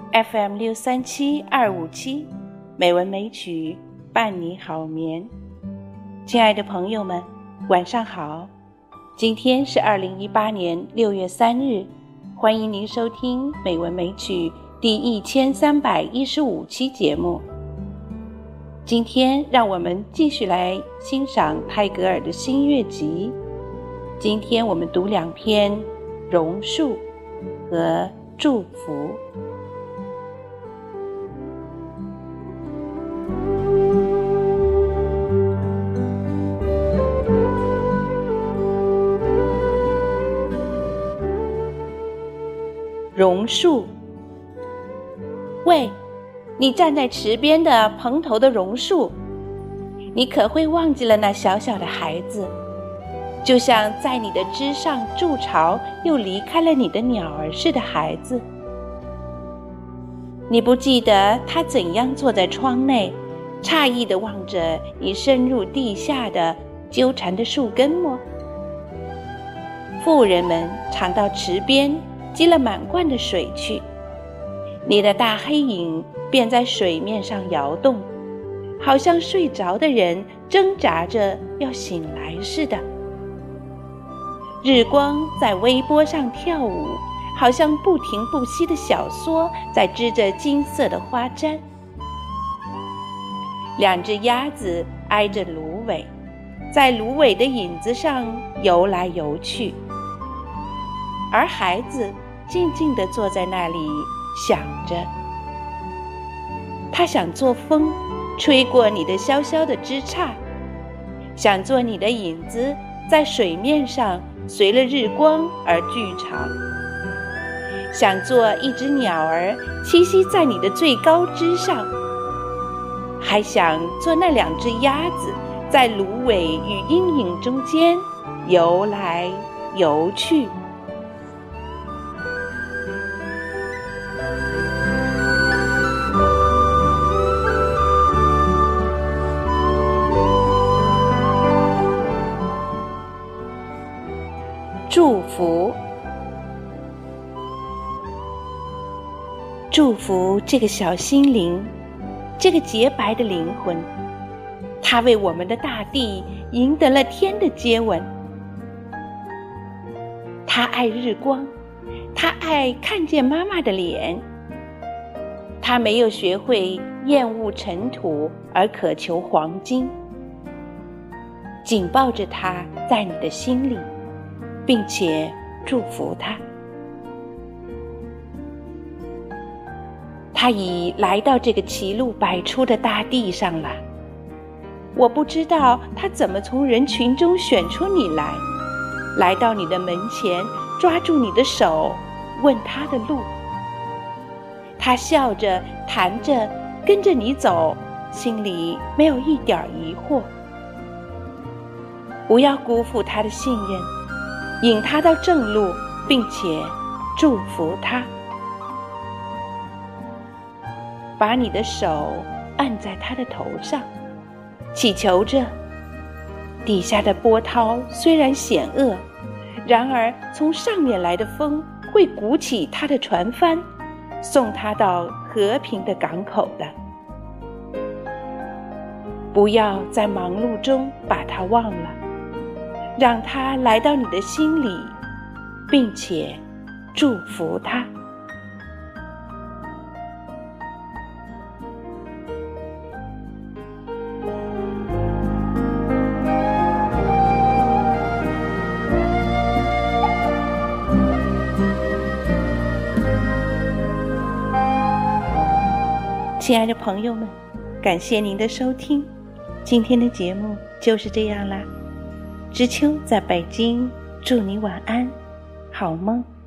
FM637257，美文美曲伴你好眠。亲爱的朋友们，晚上好。今天是2018年6月3日，欢迎您收听美文美曲第1315期节目。今天让我们继续来欣赏泰戈尔的新月集。今天我们读2篇榕树和祝福。榕树，喂，你站在池边的蓬头的榕树，你可会忘记了那小小的孩子，就像在你的枝上筑巢又离开了你的鸟儿似的孩子。你不记得他怎样坐在窗内，诧异地望着你深入地下的纠缠的树根吗？妇人们常到池边积了满罐的水去，你的大黑影便在水面上摇动，好像睡着的人挣扎着要醒来似的。日光在微波上跳舞，好像不停不息的小梭在织着金色的花毡。2只鸭子挨着芦苇，在芦苇的影子上游来游去，而孩子静静地坐在那里想着。他想做风，吹过你的萧萧的枝杈，想做你的影子，在水面上随了日光而聚长，想做一只鸟儿栖息在你的最高枝上，还想做那2只鸭子，在芦苇与阴影中间游来游去。祝福，祝福这个小心灵，这个洁白的灵魂，它为我们的大地赢得了天的接吻。他爱日光，他爱看见妈妈的脸，他没有学会厌恶尘土而渴求黄金。紧抱着他在你的心里，并且祝福他。他已来到这个歧路百出的大地上了。我不知道他怎么从人群中选出你来到你的门前，抓住你的手，问他的路。他笑着弹着跟着你走，心里没有一点疑惑。不要辜负他的信任，引他到正路，并且祝福他。把你的手按在他的头上，祈求着。底下的波涛虽然险恶，然而从上面来的风会鼓起他的船帆，送他到和平的港口的。不要在忙碌中把他忘了，让他来到你的心里，并且祝福他。亲爱的朋友们，感谢您的收听，今天的节目就是这样啦。知秋在北京，祝你晚安，好梦。